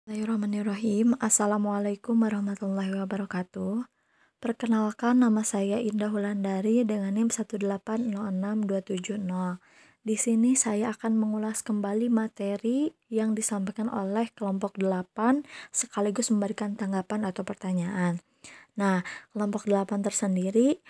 Bismillahirrahmanirrahim. Assalamualaikum warahmatullahi wabarakatuh. Perkenalkan, nama saya Indah Wulandari dengan NIM 1806270. Di sini saya akan mengulas kembali materi yang disampaikan oleh kelompok 8 sekaligus memberikan tanggapan atau pertanyaan. Nah, kelompok 8 tersendiri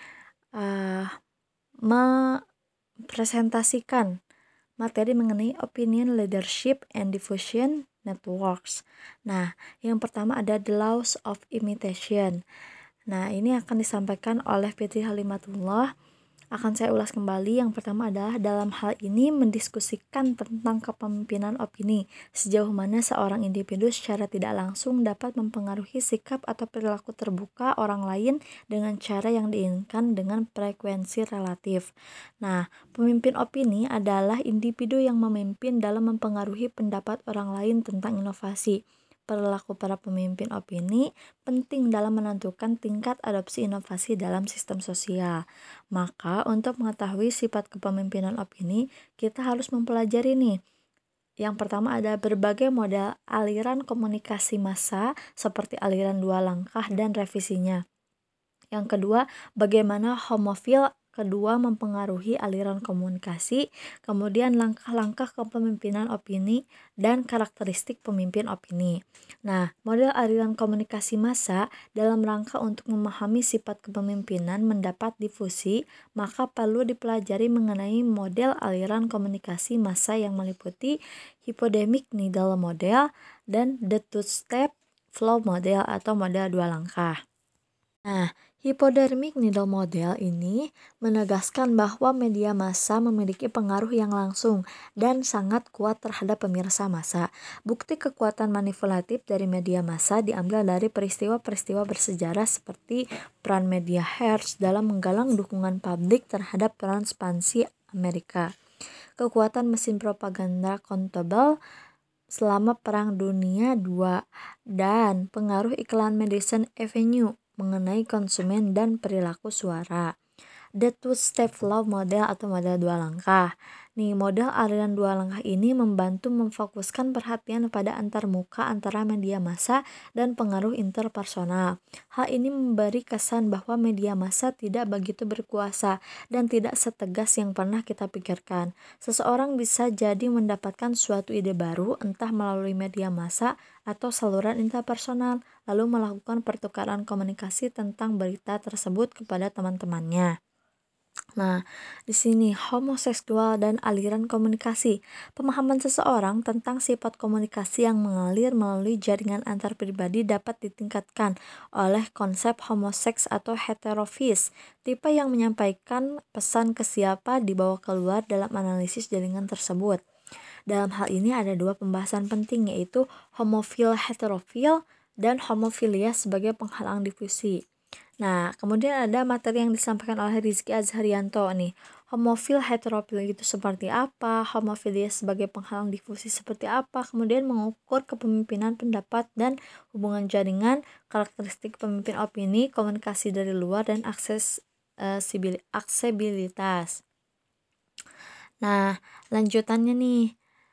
mempresentasikan materi mengenai opinion leadership and diffusion networks. Nah, yang pertama ada the laws of imitation. Nah, ini akan disampaikan oleh Fitri Halimatullah. Akan saya ulas kembali. Yang pertama adalah dalam hal ini mendiskusikan tentang kepemimpinan opini, sejauh mana seorang individu secara tidak langsung dapat mempengaruhi sikap atau perilaku terbuka orang lain dengan cara yang diinginkan dengan frekuensi relatif. Nah, pemimpin opini adalah individu yang memimpin dalam mempengaruhi pendapat orang lain tentang inovasi. Perilaku para pemimpin opini penting dalam menentukan tingkat adopsi inovasi dalam sistem sosial. Maka untuk mengetahui sifat kepemimpinan opini, kita harus mempelajari nih. Yang pertama ada berbagai model aliran komunikasi massa seperti aliran dua langkah dan revisinya. Yang kedua, bagaimana homofil kedua mempengaruhi aliran komunikasi, kemudian langkah-langkah kepemimpinan opini, dan karakteristik pemimpin opini. Nah, model aliran komunikasi massa dalam rangka untuk memahami sifat kepemimpinan mendapat difusi, maka perlu dipelajari mengenai model aliran komunikasi massa yang meliputi hypodemic needle model dan the two-step flow model atau model dua langkah. Nah, hypodermic needle model ini menegaskan bahwa media massa memiliki pengaruh yang langsung dan sangat kuat terhadap pemirsa massa. Bukti kekuatan manipulatif dari media massa diambil dari peristiwa-peristiwa bersejarah seperti peran media Hearst dalam menggalang dukungan publik terhadap peran ekspansi Amerika. Kekuatan mesin propaganda Countable selama Perang Dunia II dan pengaruh iklan Madison Avenue mengenai konsumen dan perilaku suara. The two-step flow model atau model dua langkah. Nih, model aliran dua langkah ini membantu memfokuskan perhatian pada antarmuka antara media massa dan pengaruh interpersonal. Hal ini memberi kesan bahwa media massa tidak begitu berkuasa dan tidak setegas yang pernah kita pikirkan. Seseorang bisa jadi mendapatkan suatu ide baru entah melalui media massa atau saluran interpersonal, lalu melakukan pertukaran komunikasi tentang berita tersebut kepada teman-temannya. Nah, di sini homoseksual dan aliran komunikasi. Pemahaman seseorang tentang sifat komunikasi yang mengalir melalui jaringan antar pribadi dapat ditingkatkan oleh konsep homoseks atau heterofis, tipe yang menyampaikan pesan ke siapa dibawa keluar dalam analisis jaringan tersebut. Dalam hal ini ada dua pembahasan penting, yaitu homofil heterofil dan homofilia sebagai penghalang difusi. Nah, kemudian ada materi yang disampaikan oleh Rizky Azharianto nih. Homofil heterofil itu seperti apa? Homofilia sebagai penghalang difusi seperti apa? Kemudian mengukur kepemimpinan pendapat dan hubungan jaringan, karakteristik pemimpin opini, komunikasi dari luar, dan aksesibilitas. Nah, lanjutannya nih.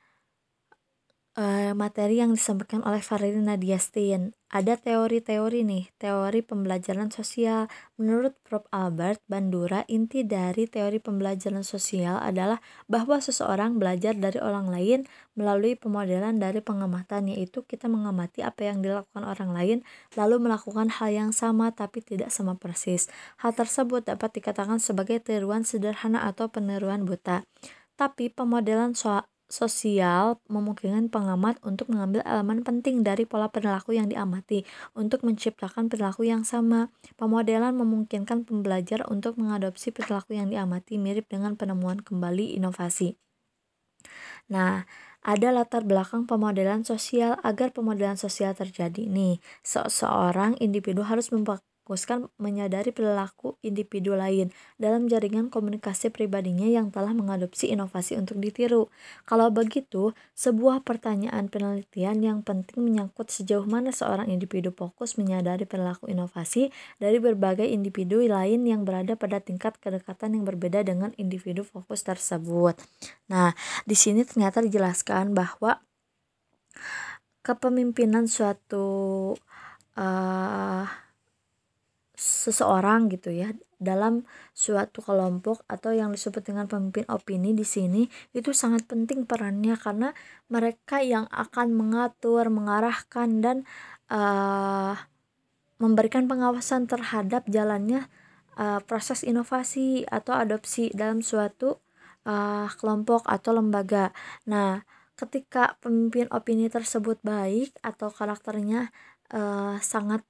Materi yang disampaikan oleh Faridina Diastin. Ada teori-teori nih, teori pembelajaran sosial. Menurut Prof. Albert Bandura, inti dari teori pembelajaran sosial adalah bahwa seseorang belajar dari orang lain melalui pemodelan dari pengamatan, yaitu kita mengamati apa yang dilakukan orang lain, lalu melakukan hal yang sama tapi tidak sama persis. Hal tersebut dapat dikatakan sebagai tiruan sederhana atau peniruan buta. Tapi pemodelan sosial memungkinkan pengamat untuk mengambil elemen penting dari pola perilaku yang diamati untuk menciptakan perilaku yang sama. Pemodelan memungkinkan pembelajar untuk mengadopsi perilaku yang diamati mirip dengan penemuan kembali inovasi. Nah, ada latar belakang pemodelan sosial. Agar pemodelan sosial terjadi nih, seorang individu harus memfokuskan menyadari perilaku individu lain dalam jaringan komunikasi pribadinya yang telah mengadopsi inovasi untuk ditiru. Kalau begitu, sebuah pertanyaan penelitian yang penting menyangkut sejauh mana seorang individu fokus menyadari perilaku inovasi dari berbagai individu lain yang berada pada tingkat kedekatan yang berbeda dengan individu fokus tersebut. Nah, di sini ternyata dijelaskan bahwa kepemimpinan suatu seseorang gitu ya dalam suatu kelompok atau yang disebut dengan pemimpin opini di sini itu sangat penting perannya, karena mereka yang akan mengatur, mengarahkan dan memberikan pengawasan terhadap jalannya proses inovasi atau adopsi dalam suatu kelompok atau lembaga. Nah, ketika pemimpin opini tersebut baik atau karakternya sangat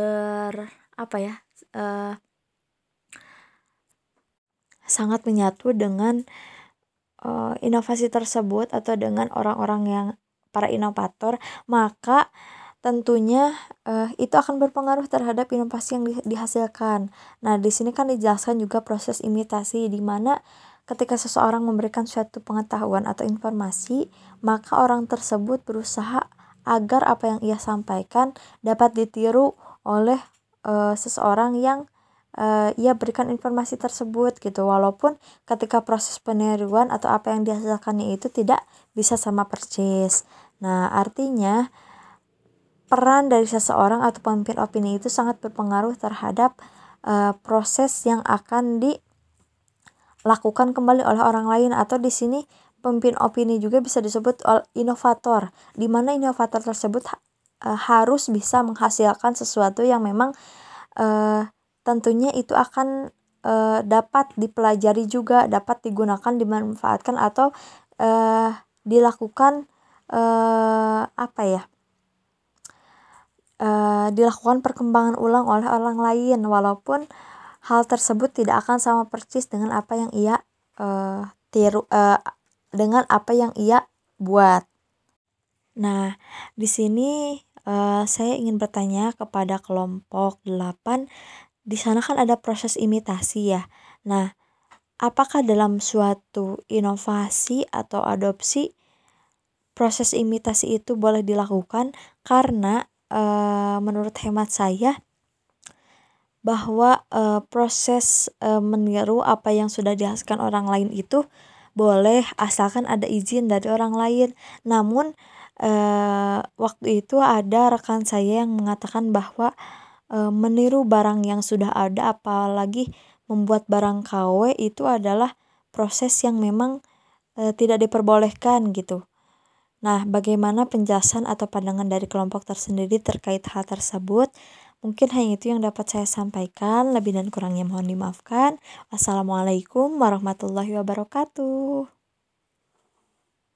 sangat menyatu dengan inovasi tersebut atau dengan orang-orang yang para inovator, maka tentunya itu akan berpengaruh terhadap inovasi yang dihasilkan. Nah, di sini kan dijelaskan juga proses imitasi, di mana ketika seseorang memberikan suatu pengetahuan atau informasi, maka orang tersebut berusaha agar apa yang ia sampaikan dapat ditiru oleh seseorang yang ia berikan informasi tersebut gitu, walaupun ketika proses peniruan atau apa yang dihasilkannya itu tidak bisa sama persis. Nah, artinya peran dari seseorang atau pemimpin opini itu sangat berpengaruh terhadap proses yang akan dilakukan kembali oleh orang lain, atau di sini pemimpin opini juga bisa disebut inovator, di mana inovator tersebut harus bisa menghasilkan sesuatu yang memang tentunya itu akan dapat dipelajari juga, dapat digunakan, dimanfaatkan atau dilakukan dilakukan perkembangan ulang oleh orang lain, walaupun hal tersebut tidak akan sama persis dengan apa yang ia dengan apa yang ia buat. Nah, di sini saya ingin bertanya kepada kelompok 8. Di sana kan ada proses imitasi ya. Nah, apakah dalam suatu inovasi atau adopsi proses imitasi itu boleh dilakukan? Karena menurut hemat saya bahwa proses meniru apa yang sudah dihasilkan orang lain itu boleh asalkan ada izin dari orang lain. Namun waktu itu ada rekan saya yang mengatakan bahwa meniru barang yang sudah ada, apalagi membuat barang KW, itu adalah proses yang memang tidak diperbolehkan gitu. Nah, bagaimana penjelasan atau pandangan dari kelompok tersendiri terkait hal tersebut? Mungkin hanya itu yang dapat saya sampaikan, lebih dan kurangnya mohon dimaafkan. Wassalamualaikum warahmatullahi wabarakatuh.